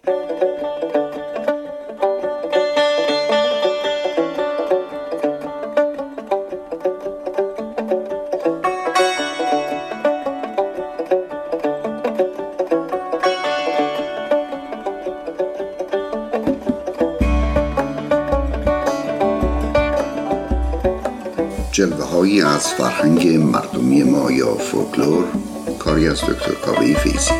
جلوه‌هایی از فرهنگ مردمی ما یا فولکلور، کاری از دکتر کاوه فیضی.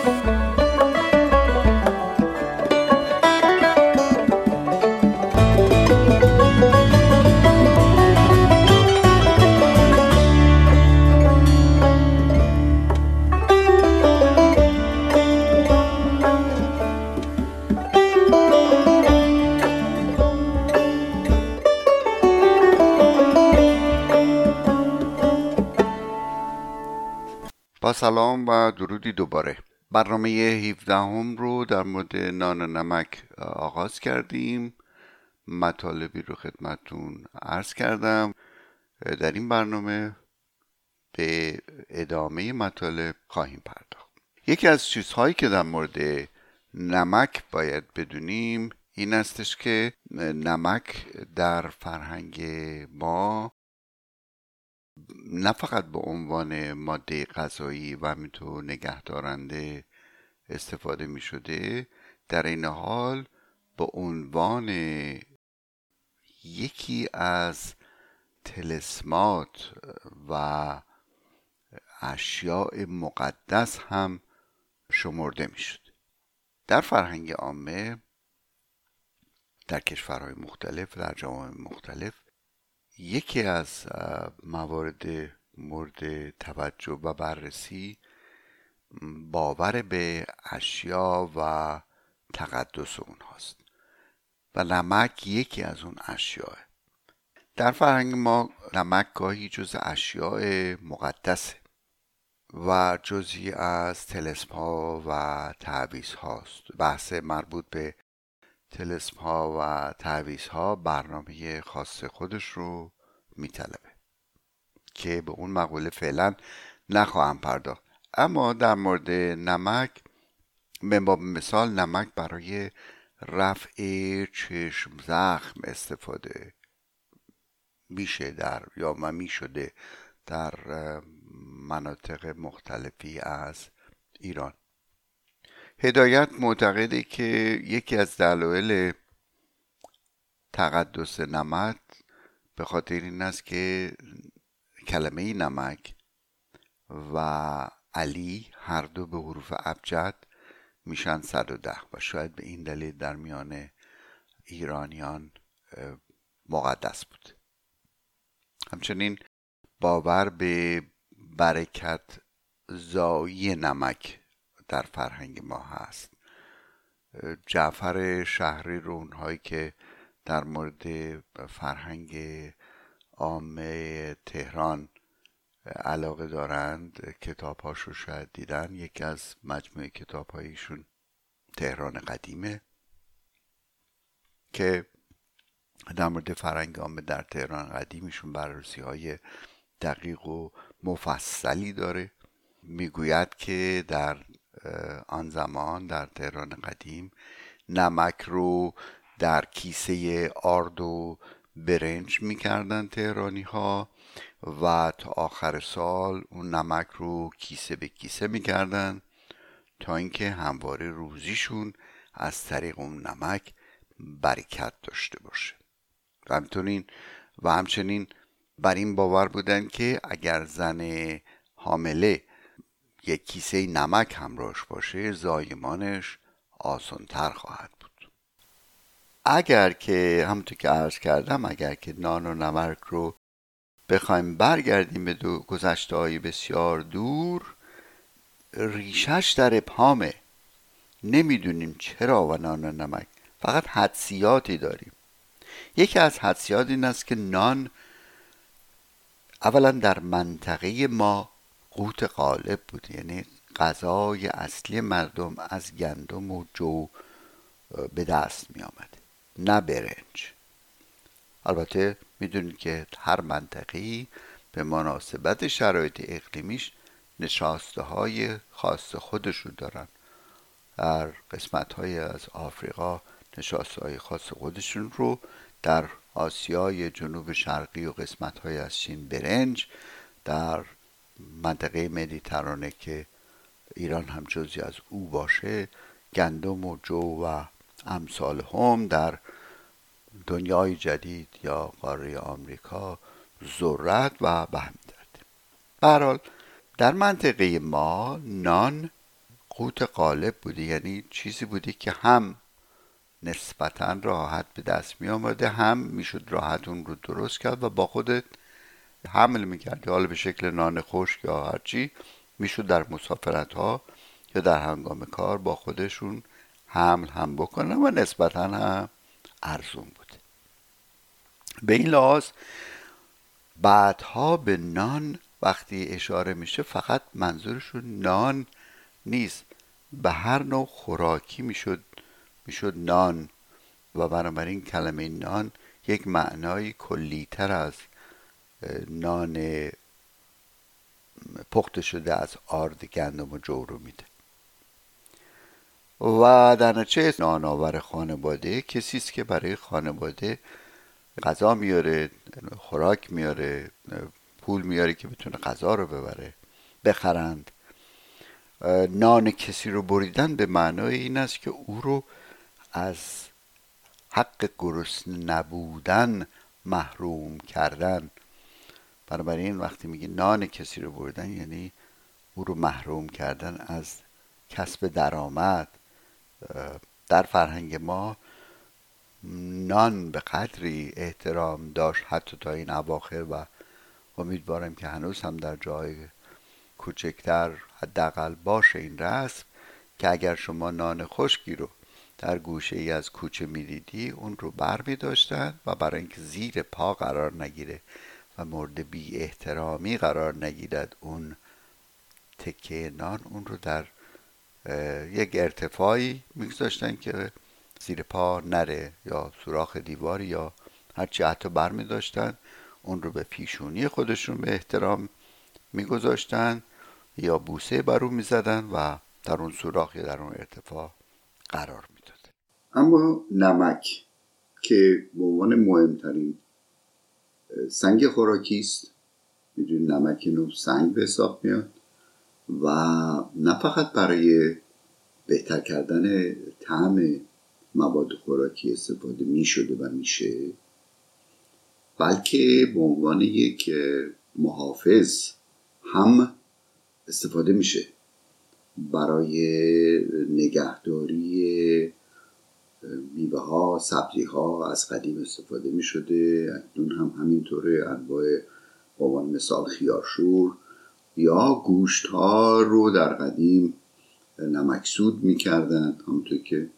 با سلام و درودی دوباره. برنامه 17 رو در مورد نان و نمک آغاز کردیم. مطالبی رو خدمتون عرض کردم. در این برنامه به ادامه مطالب خواهیم پرداخت. یکی از چیزهایی که در مورد نمک باید بدونیم این استش که نمک در فرهنگ ما نه فقط به عنوان ماده غذایی و همینطور نگهدارنده استفاده می شده، در این حال به عنوان یکی از طلسمات و اشیاء مقدس هم شمرده می شد. در فرهنگ عامه در کشورهای مختلف، در جوامع مختلف، یکی از موارد مورد توجه و بررسی باور به اشیا و تقدس اونهاست و نمک یکی از اون اشیاء. در فرهنگ ما نمک گاهی جز اشیاء مقدسه و جزئی از طلسم ها و تعویض هاست. بحث مربوط به طلسم ها و تعویض ها برنامه خاص خودش رو میطلبه که به اون مقوله فعلا نخواهم پرداخت. اما در مورد نمک، به مثال نمک برای رفع چشم زخم استفاده میشه و میشده در مناطق مختلفی از ایران. هدایت معتقده که یکی از دلایل تقدس نمک به خاطر این است که کلمه نمک و علی هر دو به حروف ابجد میشن 110 و شاید به این دلیل در میان ایرانیان مقدس بود. همچنین باور به برکت زایی نمک در فرهنگ ما هست. جعفر شهری رو اونهایی که در مورد فرهنگ عامه تهران علاقه دارند کتاب‌هاش رو شاید دیدن. یکی از مجموعه کتاب‌هایشون تهران قدیمه که در مورد فرهنگ عامه در تهران قدیمشون بررسی‌های دقیق و مفصلی داره. میگوید که در آن زمان در تهران قدیم نمک رو در کیسه آرد و برنج میکردن تهرانی ها و تا آخر سال اون نمک رو کیسه به کیسه میکردن تا اینکه همواره روزیشون از طریق اون نمک برکت داشته باشه. و همچنین بر این باور بودن که اگر زن حامله یک کیسه نمک همراهش باشه زایمانش آسان‌تر خواهد بود. اگر که همونطور که عرض کردم، اگر که نان و نمک رو بخوایم برگردیم به گذشته‌های بسیار دور، ریشش در ابهامه. نمیدونیم چرا و نان و نمک، فقط حدسیاتی داریم. یکی از حدسیات این است که نان اولا در منطقه ما قوت غالب بود، یعنی غذای اصلی مردم از گندم و جو به دست می آمد، نه برنج. البته میدونید که هر منطقه‌ای به مناسبت شرایط اقلیمیش نشاسته های خاص خودش رو دارن. در قسمت‌های از آفریقا نشاسته‌های خاص خودشون رو، در آسیای جنوب شرقی و قسمت‌های از چین برنج، در منطقه مدیترانه که ایران هم جزئی از او باشه گندم و جو و امثال هم، در دنیای جدید یا قاره آمریکا ذرت و به همین ترتیب. به هر حال در منطقه ما نان قوت غالب بوده، یعنی چیزی بوده که هم نسبتاً راحت به دست می آمده، هم میشد راحت اون رو درست کرد و با خودت حمل میکرد، حالا به شکل نان خشک یا هرچی میشد در مسافرت ها یا در هنگام کار با خودشون حمل هم بکنن و نسبتاً هم ارزون بود. به این لحاظ بعدها به نان وقتی اشاره میشه فقط منظورشون نان نیست، به هر نوع خوراکی میشد نان، و بنابراین کلمه نان یک معنای کلیتر از نان پخته شده از آرد گندم و جو رو میده. و در نتیجه نان آور خانواده کسی است که برای خانواده غذا میاره، خوراک میاره، پول میاره که بتونه غذا رو بخرند. نان کسی رو بریدن به معنای این است که او رو از حق گرسنه نبودن محروم کردن. بنابراین وقتی میگه نان کسی رو بریدن یعنی او رو محروم کردن از کسب درآمد. در فرهنگ ما نان به قدری احترام داشت حتی تا این اواخر و امیدوارم که هنوز هم در جای کوچکتر حداقل باشه این رسم، که اگر شما نان خشکی رو در گوشه ای از کوچه میدیدی اون رو بر می داشتن و برای اینکه زیر پا قرار نگیره و مورد بی احترامی قرار نگیرد اون تکه نان، اون رو در یک ارتفاعی میگذاشتن که زیر پا نره یا سوراخ دیواری یا هرچی، حتی بر می داشتن اون رو به پیشونی خودشون به احترام میگذاشتن یا بوسه بر اون میزدن و در اون سوراخ یا در اون ارتفاع قرار میداد. اما نمک که به عنوان مهمترین سنگ خوراکی است، میدونید نمک اینو سنگ به حساب میاد و نه فقط برای بهتر کردن طعم مواد خوراکی استفاده میشده و میشه، بلکه به عنوان یک محافظ هم استفاده میشه. برای نگهداری میوه ها، سبزی ها از قدیم استفاده می شده، اکنون هم همینطوره. انواع به عنوان مثال خیارشور یا گوشت ها رو در قدیم نمکسود می کردن، همونطور که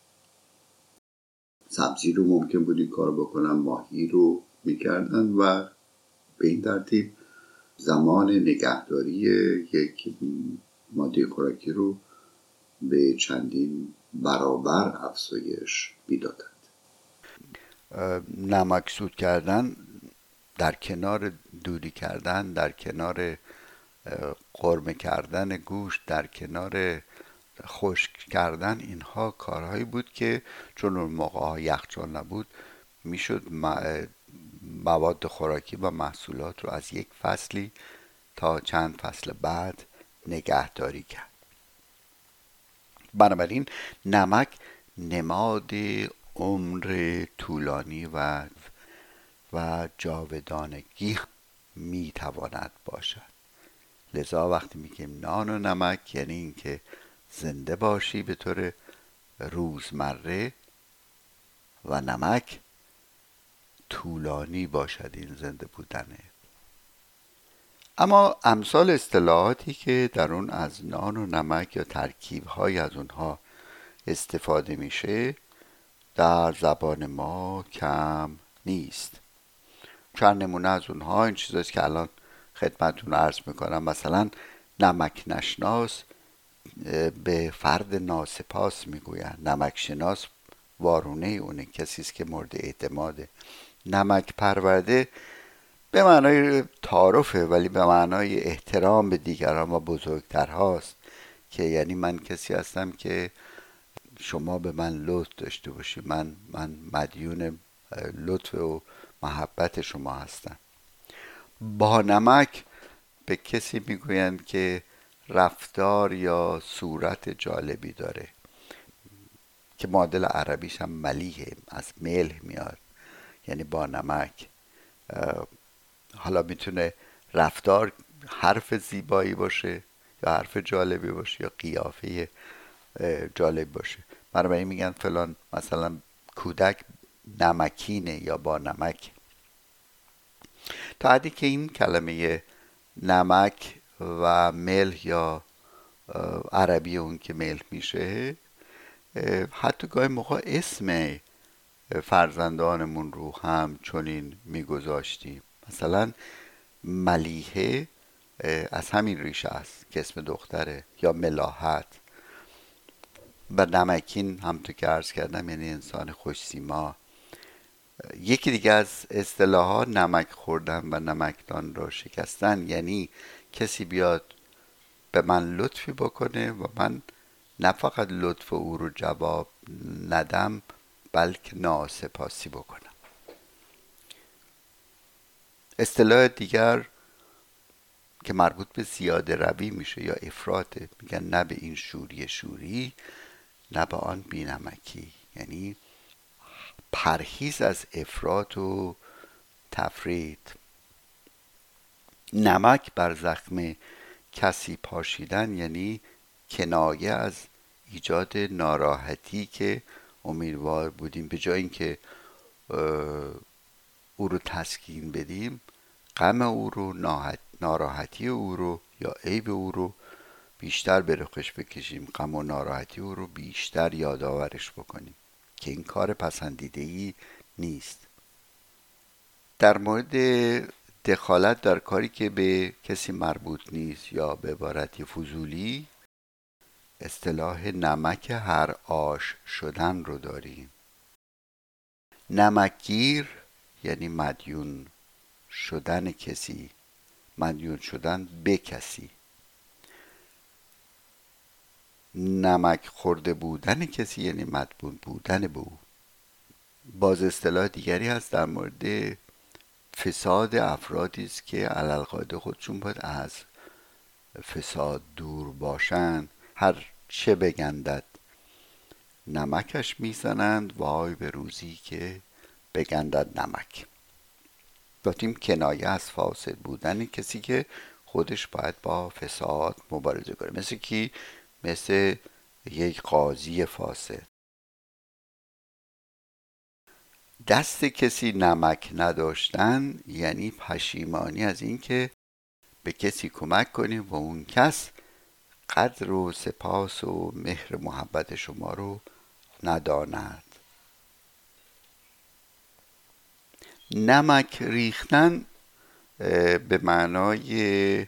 سبزی رو ممکن بود این کار بکنن، ماهی رو می کردن و به این ترتیب زمان نگهداری یک ماده خوراکی رو به چندین برابر افزایش میدادند. نمکسود کردن در کنار دوری کردن، در کنار قرمه کردن گوشت، در کنار خشک کردن، اینها کارهایی بود که چون اون موقع یخچال نبود میشد مواد خوراکی و محصولات رو از یک فصلی تا چند فصل بعد نگهداری کرد. بنابراین نمک نماد عمر طولانی و جاودانگی میتواند باشد. لذا وقتی میگیم نان و نمک یعنی اینکه زنده باشی به طور روزمره و نمک طولانی باشد این زنده بودنه. اما امثال اصطلاحاتی که در اون از نان و نمک یا ترکیب‌های از اونها استفاده میشه در زبان ما کم نیست. چند نمونه از اونها این چیزاست که الان خدمتتون عرض میکنم. مثلا نمک نشناس به فرد ناسپاس میگوین. نمک شناس وارونه اونه، کسی است که مورد اعتماده. نمک پرورده به معنای تعارفه ولی به معنای احترام به دیگران و بزرگتر هاست، که یعنی من کسی هستم که شما به من لطف داشته باشی، من مدیون لطف و محبت شما هستم. با نمک به کسی میگویند که رفتار یا صورت جالبی داره، که معادل عربیش هم ملیحه، از ملح میاد، یعنی با نمک. حالا میتونه رفتار حرف زیبایی باشه یا حرف جالبی باشه یا قیافه جالب باشه. بنابراین میگن فلان مثلا کودک نمکینه یا با نمک. تا حدی که این کلمه نمک و ملح یا عربی اون که ملح میشه، حتی گاهی موقع اسم فرزندانمون رو هم چنین میگذاشتیم. مثلا ملیحه از همین ریشه است که اسم دختره، یا ملاحت. و نمکین هم تو که عرض کردم یعنی انسان خوش سیما. یکی دیگه از اصطلاحات نمک خوردن و نمکدان را شکستن، یعنی کسی بیاد به من لطفی بکنه و من نه فقط لطف او رو جواب ندم بلکه ناسپاسی بکنم. اصطلاح دیگر که مربوط به زیاده روی میشه یا افراطه، میگن نه به این شوری نه به آن بینمکی، یعنی پرهیز از افراط و تفرید. نمک بر زخم کسی پاشیدن یعنی کنایه از ایجاد ناراحتی که امیدوار بودیم به جای اینکه او رو تسکین بدیم، غم او رو، ناراحتی او رو یا عیب او رو بیشتر به رخش بکشیم، غم و ناراحتی او رو بیشتر یادآورش بکنیم که این کار پسندیده‌ای نیست. در مورد دخالت در کاری که به کسی مربوط نیست یا به عبارتی فضولی، اصطلاح نمک هر آش شدن رو داریم. نمکگیر یعنی مدیون شدن کسی، مدیون شدن به کسی. نمک خورده بودن کسی یعنی مدیون بودن به او. باز اصطلاح دیگری هست در مورد فساد افرادی است که علالقاعده خودشون باید از فساد دور باشند. هر چه بگندد نمکش میزنند، وای به روزی که بگندد نمک. گفتیم کنایه از فاسد بودن کسی که خودش باید با فساد مبارزه کنه. مثل کی؟ مثل یک قاضی فاسد. دست کسی نمک نداشتن یعنی پشیمانی از اینکه به کسی کمک کنیم و اون کس قدر و سپاس و مهر محبت شما رو نداند. نمک ریختن به معنای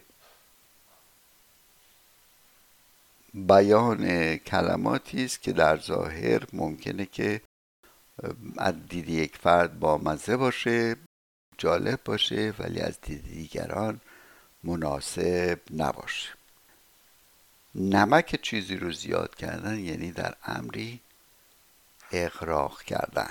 بیان کلماتی است که در ظاهر ممکنه که از دید یک فرد بامزه باشه، جالب باشه، ولی از دید دیگران مناسب نباشه. نمک چیزی رو زیاد کردن یعنی در امری اغراق کردن.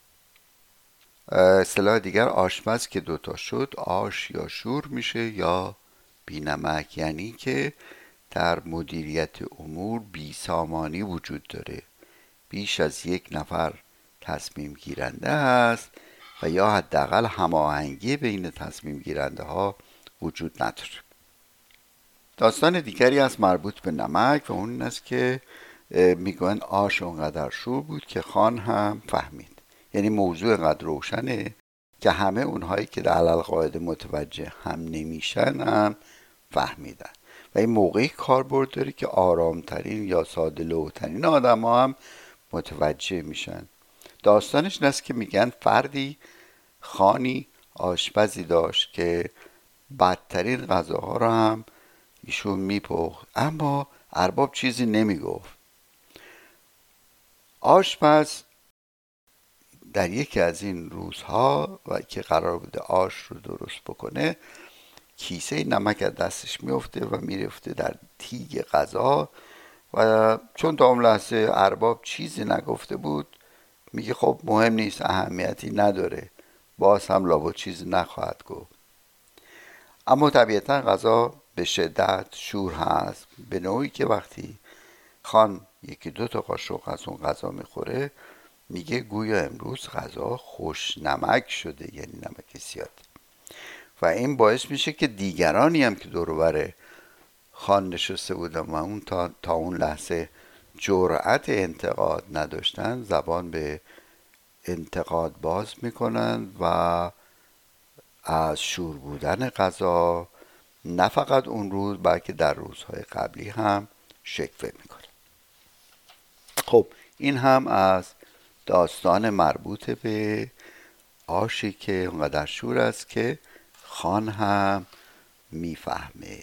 اصطلاح دیگر آشپز که دوتا شد، آش یا شور میشه یا بی نمک، یعنی که در مدیریت امور بیسامانی وجود داره، بیش از یک نفر تصمیم گیرنده هست و یا حداقل هماهنگی بین تصمیم گیرنده ها وجود نداره. داستان دیگری از مربوط به نمک و اون است که میگن آش اونقدر شور بود که خان هم فهمید. یعنی موضوع انقدر روشنه که همه اونهایی که در علالقاعده متوجه هم نمیشن هم فهمیدن و این موقعی کاربرد داره که آرامترین یا ساده لوح‌ترین آدم ها هم متوجه میشن. داستانش این است که میگن فردی خانی آشپزی داشت که بدترین غذاها رو هم ایشون میپخت، اما ارباب چیزی نمیگفت. آشپز در یکی از این روزها و که قرار بوده آش رو درست بکنه، کیسه نمک از دستش میفته و میرفته در تیگ غذا و چون تا اون لحظه ارباب چیزی نگفته بود، میگه خب مهم نیست، اهمیتی نداره، باز هم لابد چیزی نخواهد گفت. اما طبیعتا غذا به شدت شور هست، به نوعی که وقتی خان یکی دو تا قاشق از اون غذا میخوره میگه گویا امروز غذا خوش نمک شده، یعنی نمک زیاد. و این باعث میشه که دیگرانی هم که دور و بر خان نشسته بودن و اون تا اون لحظه جرأت انتقاد نداشتن، زبان به انتقاد باز میکنن و از شور بودن غذا نه فقط اون روز بلکه در روزهای قبلی هم شکوه میکنه. خب این هم از داستان مربوط به آشی که اونقدر شور است که خان هم میفهمه.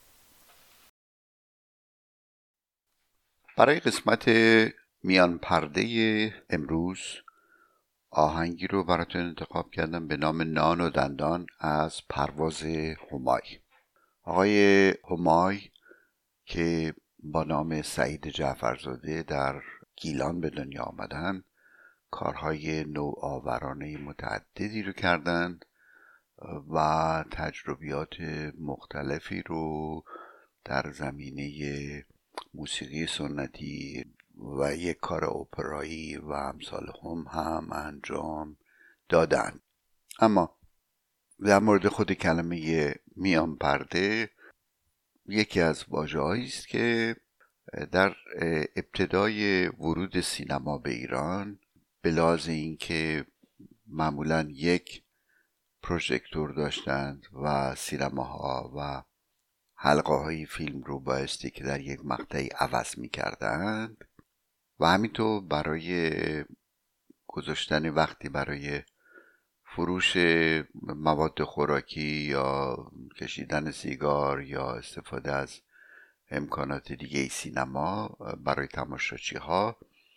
برای قسمت میان پرده امروز آهنگی رو براتون انتخاب کردم به نام نان و دندان از پرواز همای. آقای همای که با نام سعید جعفرزاده در گیلان به دنیا آمدن، کارهای نوآورانه متعددی رو کردند و تجربیات مختلفی رو در زمینه موسیقی سنتی و یک کار اپرایی و امثال هم انجام دادن. اما در مورد خود کلمه میان پرده، یکی از واژه‌هایی است که در ابتدای ورود سینما به ایران به لحاظ اینکه معمولاً یک پروژکتور داشتند و سینماها و حلقه های فیلم رو بایستی که در یک مقطعی عوض می کردند و همینطور برای گذاشتن وقتی برای فروش مواد خوراکی یا کشیدن سیگار یا استفاده از امکانات دیگه سینما برای تماشاچی ها،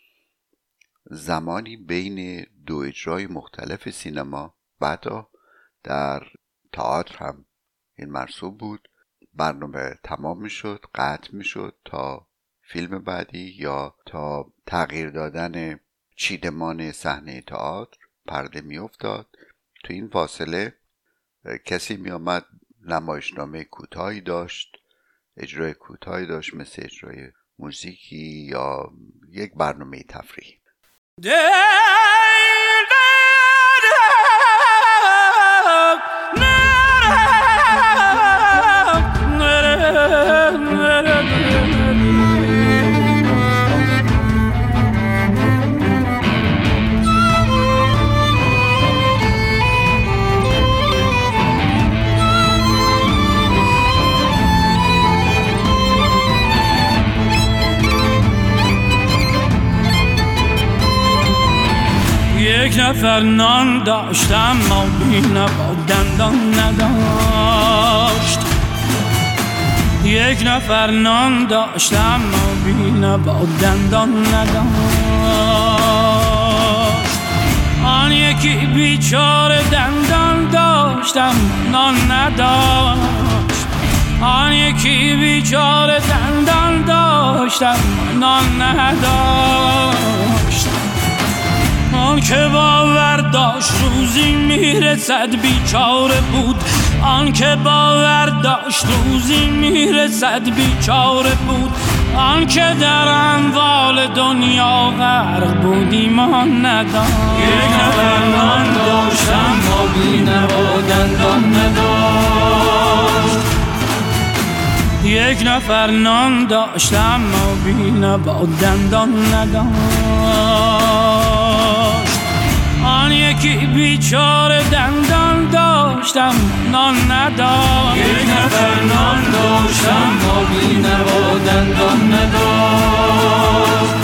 زمانی بین دو اجرای مختلف سینما، بعدا در تئاتر هم این مرسوم بود، برنامه تمام می شد، قطع می شد تا فیلم بعدی یا تا تغییر دادن چیدمان صحنه تئاتر پرده می افتاد. تو این فاصله کسی می آمد نمایشنامه کوتاهی داشت، اجرای کوتاهی داشت، مثل اجرای موزیکی یا یک برنامه تفریحی. یک نفر نان داشتم ما بینه با دندان نداشت. یک نفر نان داشتم ما بینه با دندان نداشت. آن یکی بیچاره دندان داشتم نان نداشت. آن یکی بیچاره دندان داشتم نان نداشت. آن که باور داشت روزی میرسد بیچاره بود. آن که باور داشت روزی میرسد بیچاره بود. آن که در اموال دنیا غرق بود ایمان نداشت. یک نفر نان داشتم ما بینه با دندان نداشت. یک نفر نان داشتم ما بینه با دندان نداشت. آن یکی بیچاره دندان داشتم نان نداشت. یک نفر نان داشتم ما بینه با دندان نداشت.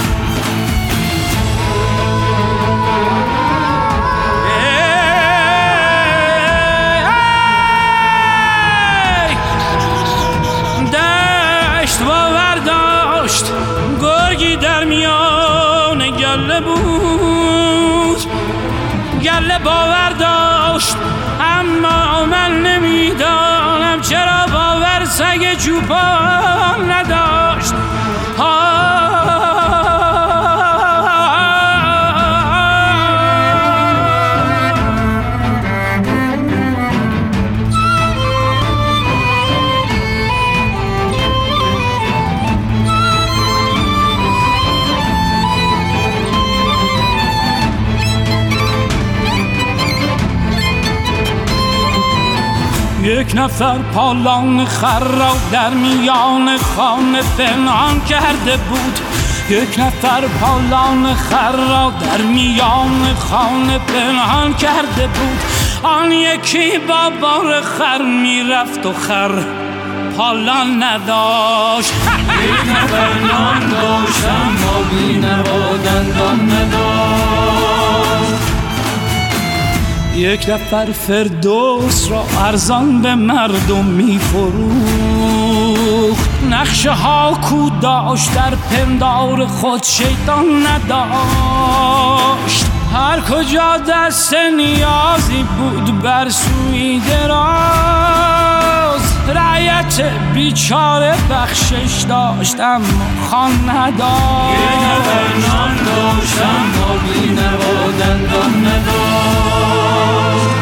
دشت باور داشت گرگی در میان گله بود. گله باور داشت اما من نمیدانم چرا باور سگ چوپان نداشت. یک نفر پالان خر را در میان خانه پنهان کرده بود. یک نفر پالان خر را در میان خانه پنهان کرده بود. آن یکی با بار خر میرفت و خر پالان نداشت. یک نفر نان داشت اما بی‌نوا دندان نداشت. یک نفر فردوس را ارزان به مردم می‌فروخت. نقشه ها کو داشت در پندار خود شیطان نداشت. هر کجا دست نیازی بود بر سوی دراز. رعیت بیچاره بخشش داشت اما خوان نداشت. یک نفر نان داشت اما بی‌نوا دندان نداشت.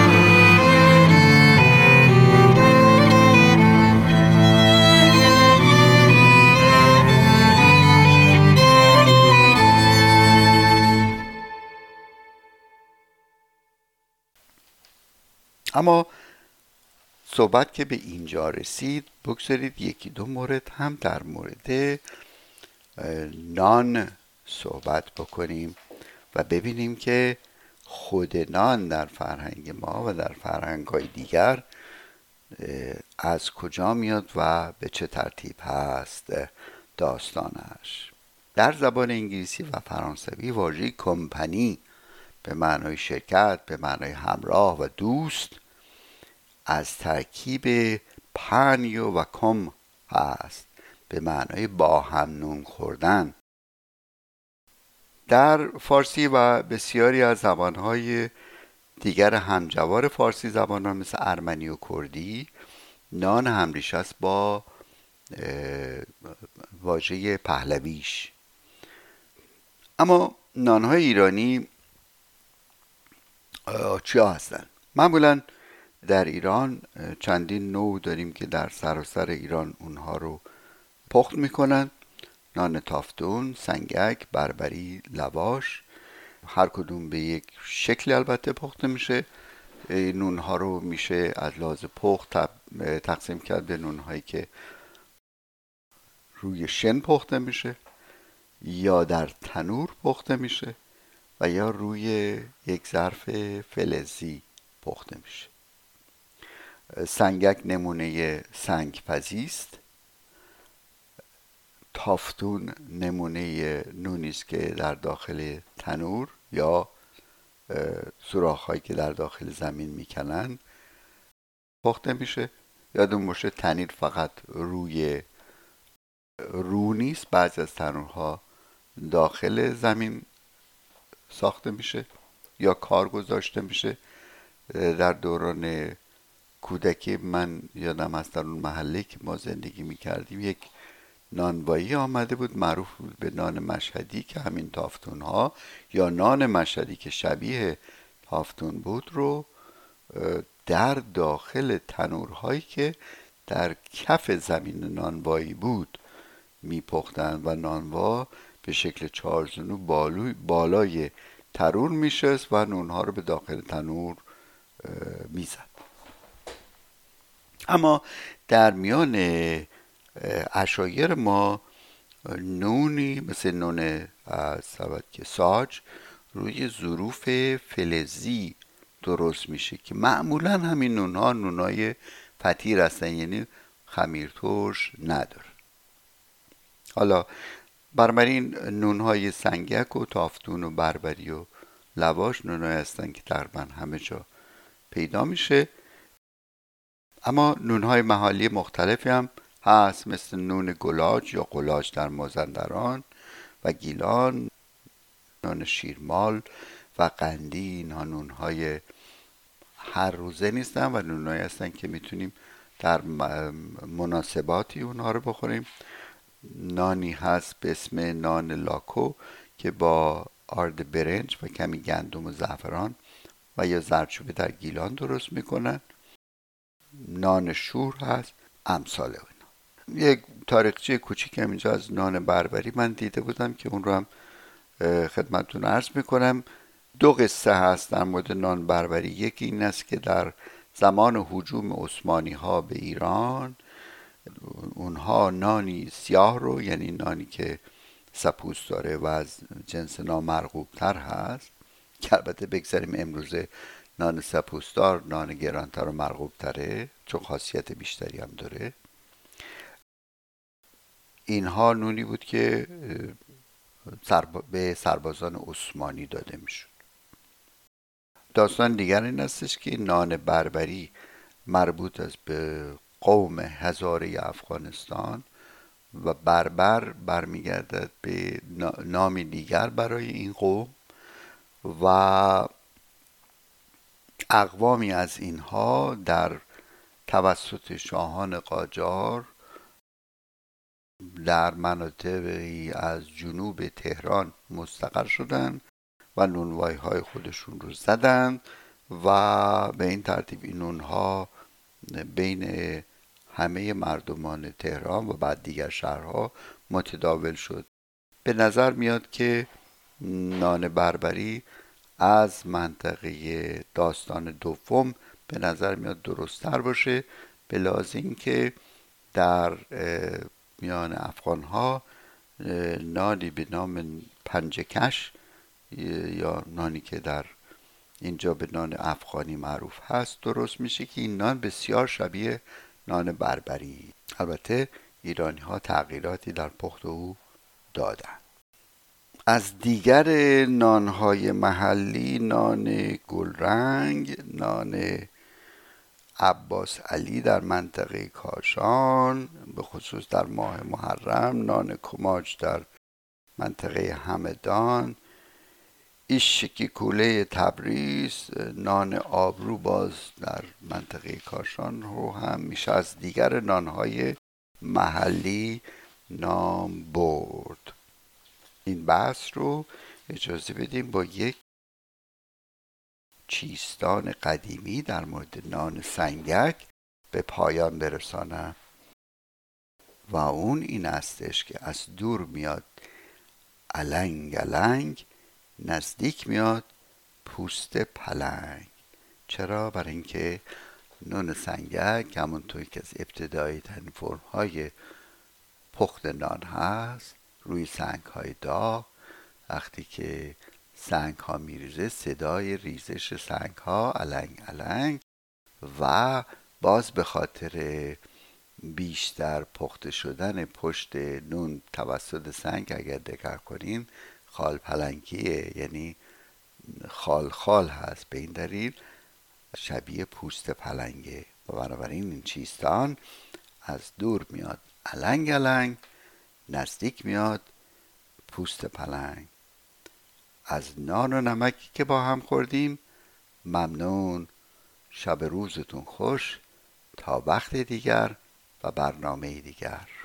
اما صحبت که به اینجا رسید بگذارید یکی دو مورد هم در مورد نان صحبت بکنیم و ببینیم که خود نان در فرهنگ ما و در فرهنگ‌های دیگر از کجا میاد و به چه ترتیب هست داستانش. در زبان انگلیسی و فرانسوی واژه کمپانی به معنای شرکت، به معنای همراه و دوست از ترکیب پانیو و کم هست به معنای با هم نون خوردن. در فارسی و بسیاری از زبانهای دیگر همجوار فارسی زبانان مثل ارمنی و کردی نان همریشه است با واژه پهلویش. اما نانهای ایرانی چیا هستن؟ معمولا در ایران چندین نوع داریم که در سراسر ایران اونها رو پخت میکنن. نان تافتون، سنگک، بربری، لواش، هر کدوم به یک شکلی البته پخته میشه. نونها رو میشه از لحاظ پخت تقسیم کرد به نونهایی که روی شن پخته میشه یا در تنور پخته میشه و یا روی یک ظرف فلزی پخته میشه. سنگک نمونه سنگ پزی است. تافتون نمونه نونی است که در داخل تنور یا سوراخ‌هایی که در داخل زمین میکنن پخته میشه. یادون باشه تنیر فقط روی رو نیست، بعضی از تنورها داخل زمین ساخته میشه یا کار گذاشته میشه. در دوران کودکی من یادم از در اون محله که ما زندگی میکردیم یک نانوایی آمده بود معروف بود به نان مشهدی که همین تافتون ها یا نان مشهدی که شبیه تافتون بود رو در داخل تنورهایی که در کف زمین نانوایی بود میپختن و نانوا به شکل چارزانو بالای تنور میشست و نونها رو به داخل تنور میزد. اما در میان عشایر ما نونی مثل نون سبد ساج روی ظروف فلزی درست میشه که معمولا همین نونها نونای فطیر هستن، یعنی خمیر ترش نداره. حالا بنابراین نونهای سنگک و تافتون و بربری و لواش نونهایی هستن که تقریبا همه جا پیدا میشه. اما نونهای محلی مختلفی هم هست مثل نون گلاج یا قلاج در مازندران و گیلان، نون شیرمال و قندی. اینها نونهای هر روزه نیستن و نونهایی هستن که میتونیم در مناسباتی اونها رو بخوریم. نانی هست به اسم نان لاکو که با آرد برنج و کمی گندم و زعفران و یا زردچوبه در گیلان درست میکنن. نان شور هست، امثال اینا. یک تاریخچه کوچیک اینجا از نان بربری من دیده بودم که اون رو هم خدمتتون عرض میکنم. دو قصه هست در مورد نان بربری. یکی این است که در زمان هجوم عثمانی ها به ایران، اونها نانی سیاه رو، یعنی نانی که سپوست داره و از جنس نامرغوب تر هست، که البته بگذاریم امروزه نان سپوستدار نان گرانتر و مرغوب تره چون خاصیت بیشتری هم داره. اینها نونی بود که به سربازان عثمانی داده میشد. داستان دیگر این استش که نان بربری مربوط است به قوم هزاره افغانستان و بربر برمیگردد به نامی دیگر برای این قوم و اقوامی از اینها در توسط شاهان قاجار در مناطقی از جنوب تهران مستقر شدند و نونوایی های خودشون رو زدند و به این ترتیب این نونها بین همه مردمان تهران و بعد دیگر شهرها متداول شد. به نظر میاد که نان بربری از منطقه داستان دوم به نظر میاد درست‌تر باشه، به لحاظ اینکه در میان افغان‌ها نانی به نام پنجکش یا نانی که در اینجا به نان افغانی معروف هست درست میشه که این نان بسیار شبیه نان بربری. البته ایرانی ها تغییراتی در پخت او دادن. از دیگر نانهای محلی نان گلرنگ، نان عباس علی در منطقه کاشان به خصوص در ماه محرم، نان کماج در منطقه همدان، ایشکی کوله تبریز، نان آبرو باز در منطقه کاشان رو هم میشه از دیگر نانهای محلی نام برد. این بحث رو اجازه بدیم با یک چیستان قدیمی در مورد نان سنگک به پایان برسانم و اون این استش که از دور میاد النگ النگ، نزدیک میاد پوست پلنگ. چرا؟ برای اینکه نان سنگک همونطوری که از ابتدایی ترین فرم‌های پخت نان هست روی سنگ‌های داغ، وقتی که سنگ‌ها میریزه صدای ریزش سنگ‌ها النگ النگ و باز به خاطر بیشتر پخته شدن پشت نون توسط سنگ اگر دقت کنین خال پلنگیه، یعنی خال خال هست، به این دلیل شبیه پوست پلنگه و بنابراین این چیستان از دور میاد النگ النگ، نزدیک میاد پوست پلنگ. از نان و نمکی که با هم خوردیم ممنون. شب روزتون خوش تا وقت دیگر و برنامه دیگر.